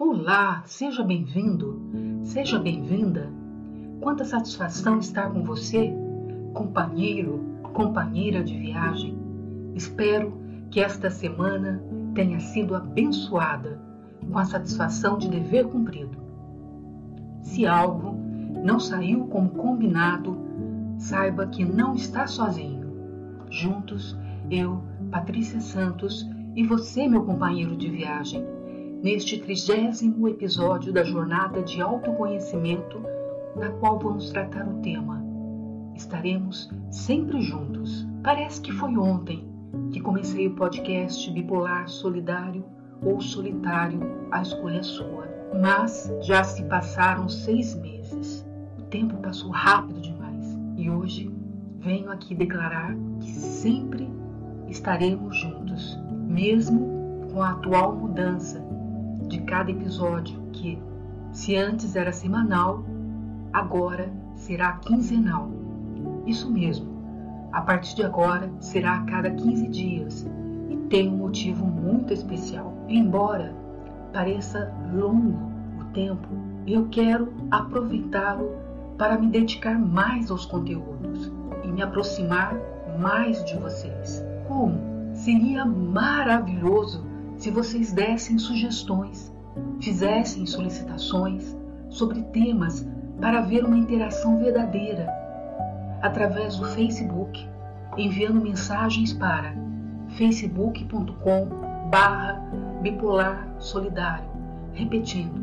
Olá, seja bem-vindo, seja bem-vinda. Quanta satisfação estar com você, companheiro, companheira de viagem. Espero que esta semana tenha sido abençoada com a satisfação de dever cumprido. Se algo não saiu como combinado, saiba que não está sozinho. Juntos, eu, Patrícia Santos, e você, meu companheiro de viagem, neste 30º episódio da jornada de autoconhecimento, na qual vamos tratar o tema Estaremos sempre juntos. Parece que foi ontem que comecei o podcast Bipolar Solidário ou Solitário, a escolha é sua. Mas já se passaram 6 meses. O tempo passou rápido demais. E hoje venho aqui declarar que sempre estaremos juntos, mesmo com a atual mudança de cada episódio, que, se antes era semanal, agora será quinzenal. Isso mesmo, a partir de agora será a cada 15 dias e tem um motivo muito especial. Embora pareça longo o tempo, eu quero aproveitá-lo para me dedicar mais aos conteúdos e me aproximar mais de vocês. Como? Seria maravilhoso se vocês dessem sugestões, fizessem solicitações sobre temas para ver uma interação verdadeira através do Facebook, enviando mensagens para facebook.com/bipolarsolidário, repetindo,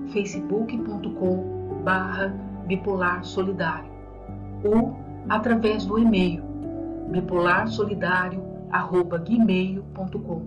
facebook.com/bipolarsolidário, ou através do e-mail bipolarsolidario@gmail.com,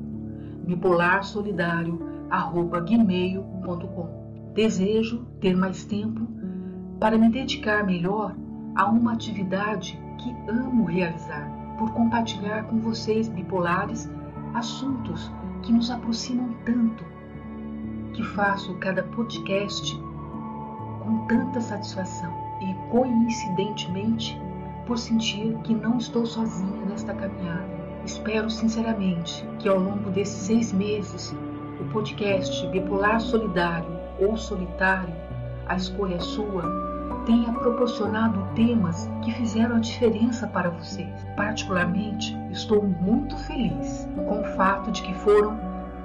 bipolarsolidario@gmail.com. Desejo ter mais tempo para me dedicar melhor a uma atividade que amo realizar, por compartilhar com vocês bipolares assuntos que nos aproximam tanto, que faço cada podcast com tanta satisfação e, coincidentemente, por sentir que não estou sozinha nesta caminhada. Espero sinceramente que ao longo desses 6 meses o podcast Bipolar Solidário ou Solitário, a escolha é sua, tenha proporcionado temas que fizeram a diferença para vocês. Particularmente, estou muito feliz com o fato de que foram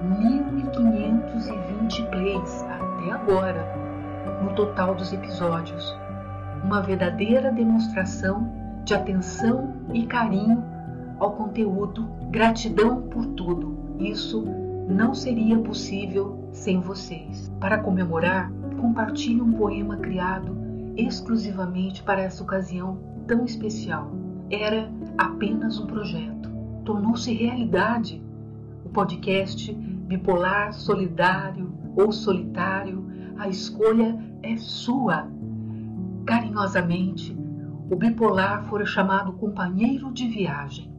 1.520 plays até agora no total dos episódios. Uma verdadeira demonstração de atenção e carinho ao conteúdo. Gratidão por tudo. Isso não seria possível sem vocês. Para comemorar, compartilhe um poema criado exclusivamente para essa ocasião tão especial. Era apenas um projeto. Tornou-se realidade. O podcast Bipolar Solidário ou Solitário, a escolha é sua. Carinhosamente, o bipolar fora chamado companheiro de viagem.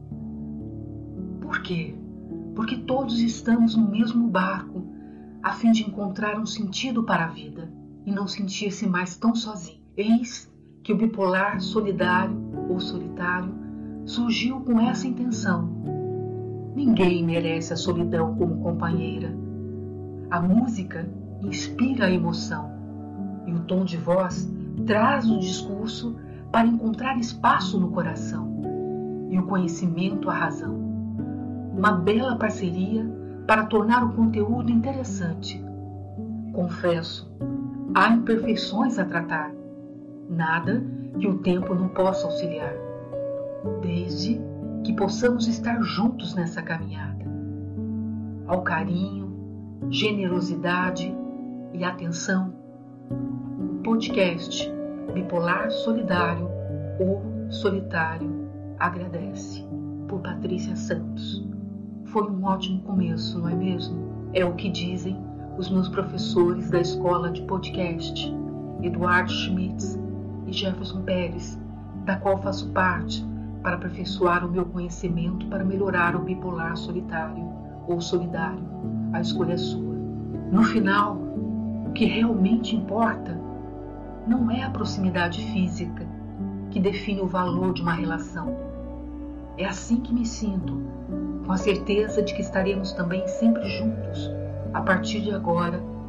Por quê? Porque todos estamos no mesmo barco, a fim de encontrar um sentido para a vida e não sentir-se mais tão sozinho. Eis que o bipolar solidário ou solitário surgiu com essa intenção. Ninguém merece a solidão como companheira. A música inspira a emoção e o tom de voz traz o discurso para encontrar espaço no coração e o conhecimento a razão. Uma bela parceria para tornar o conteúdo interessante. Confesso, há imperfeições a tratar, nada que o tempo não possa auxiliar, desde que possamos estar juntos nessa caminhada. Ao carinho, generosidade e atenção, o podcast Bipolar Solidário ou Solitário agradece. Por Patrícia Santos. Foi um ótimo começo, não é mesmo? É o que dizem os meus professores da escola de podcast, Eduardo Schmitz e Jefferson Pérez, da qual faço parte para aperfeiçoar o meu conhecimento para melhorar o bipolar solitário ou solidário. A escolha é sua. No final, o que realmente importa não é a proximidade física que define o valor de uma relação. É assim que me sinto, com a certeza de que estaremos também sempre juntos, a partir de agora,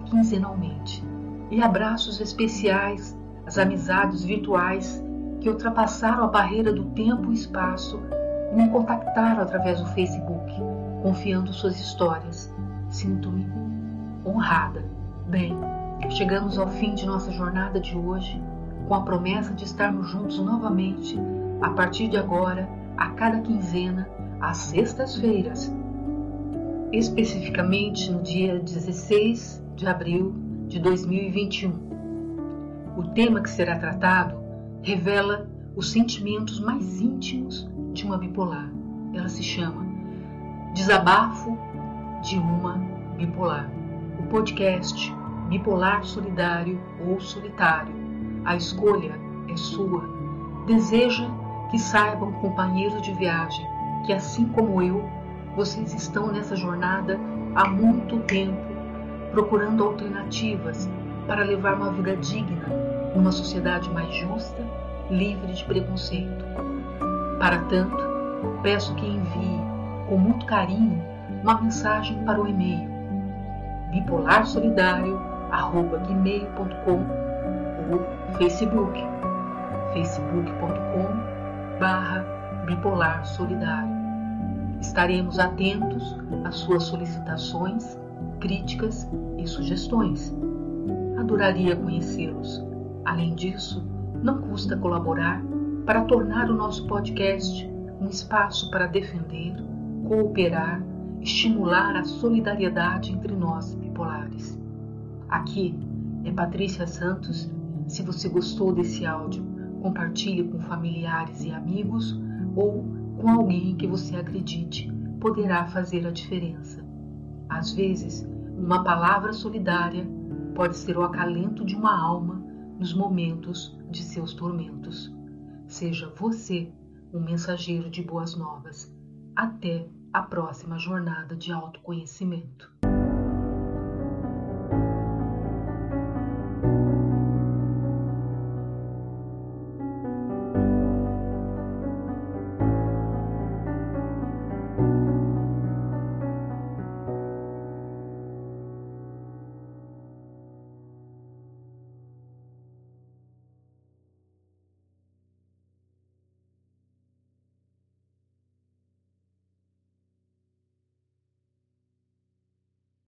quinzenalmente. E abraços especiais às amizades virtuais que ultrapassaram a barreira do tempo e espaço e me contactaram através do Facebook, confiando suas histórias. Sinto-me honrada. Bem, chegamos ao fim de nossa jornada de hoje, com a promessa de estarmos juntos novamente, a partir de agora, a cada quinzena, às sextas-feiras, especificamente no dia 16 de abril de 2021. O tema que será tratado revela os sentimentos mais íntimos de uma bipolar. Ela se chama Desabafo de uma Bipolar. O podcast Bipolar Solidário ou Solitário. A escolha é sua. Deseja que saibam, companheiros de viagem, que assim como eu, vocês estão nessa jornada há muito tempo, procurando alternativas para levar uma vida digna numa sociedade mais justa, livre de preconceito. Para tanto, peço que envie com muito carinho uma mensagem para o e-mail bipolarsolidario@gmail.com ou facebook.com/bipolarsolidario. Estaremos atentos às suas solicitações, críticas e sugestões. Adoraria conhecê-los. Além disso, não custa colaborar para tornar o nosso podcast um espaço para defender, cooperar, estimular a solidariedade entre nós bipolares. Aqui é Patrícia Santos. Se você gostou desse áudio, compartilhe com familiares e amigos ou com alguém que você acredite poderá fazer a diferença. Às vezes, uma palavra solidária pode ser o acalento de uma alma nos momentos de seus tormentos. Seja você um mensageiro de boas novas. Até a próxima jornada de autoconhecimento.